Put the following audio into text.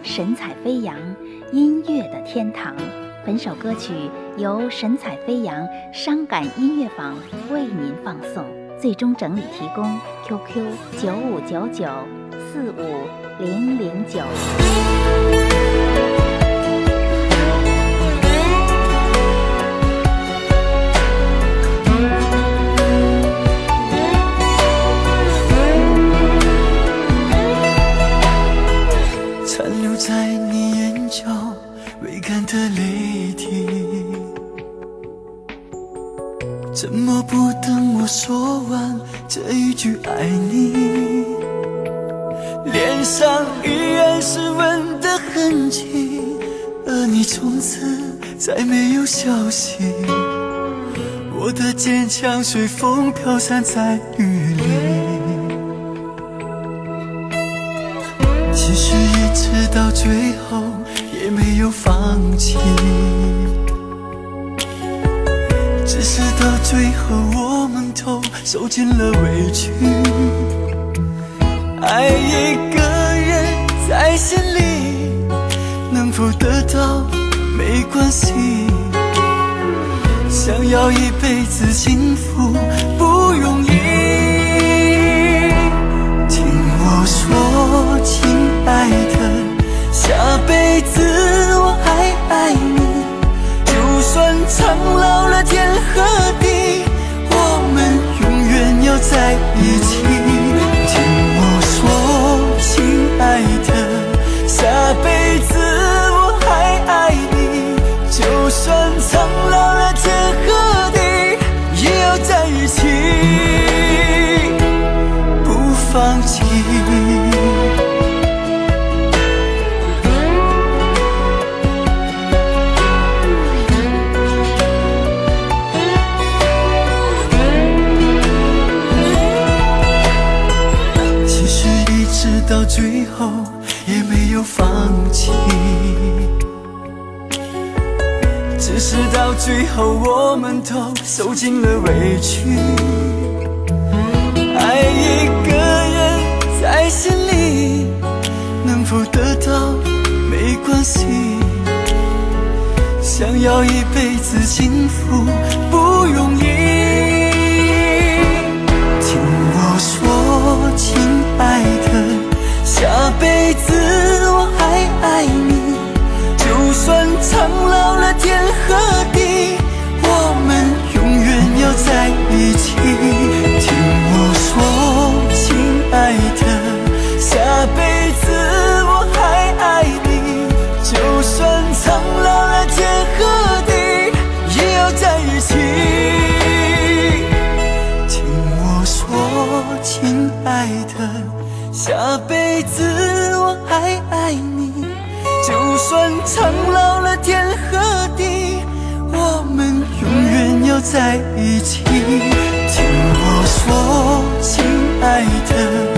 神采飞扬，音乐的天堂。本首歌曲由神采飞扬伤感音乐坊为您放送，最终整理提供 QQ 9599450009。 残留在你眼角未干的泪滴，怎么不等我说完这一句爱你？脸上依然是吻的痕迹，而你从此再没有消息。我的坚强随风飘散在雨里，其实一直到最后也没有放弃，只是到最后我们都受尽了委屈。爱一个人在心里，能否得到没关系，想要一辈子幸福不容易。听我说亲爱的，下辈子我还爱你，就算苍老了天和地，我们永远要在一起。听我说亲爱的，下辈子我还爱你，就算苍老了天和地，也要在一起，不放弃。到最后也没有放弃，只是到最后我们都受尽了委屈。爱一个人在心里，能否得到没关系，想要一辈子幸福不容易。听我说亲爱的，下辈子我还爱你，就算苍老了天和地，我们永远要在一起。听我说亲爱的，下辈子我还爱你，就算苍老了天和地，也要在一起。听我说亲爱的，下辈子我还爱你，就算苍老了天和地，我们永远要在一起。听我说亲爱的，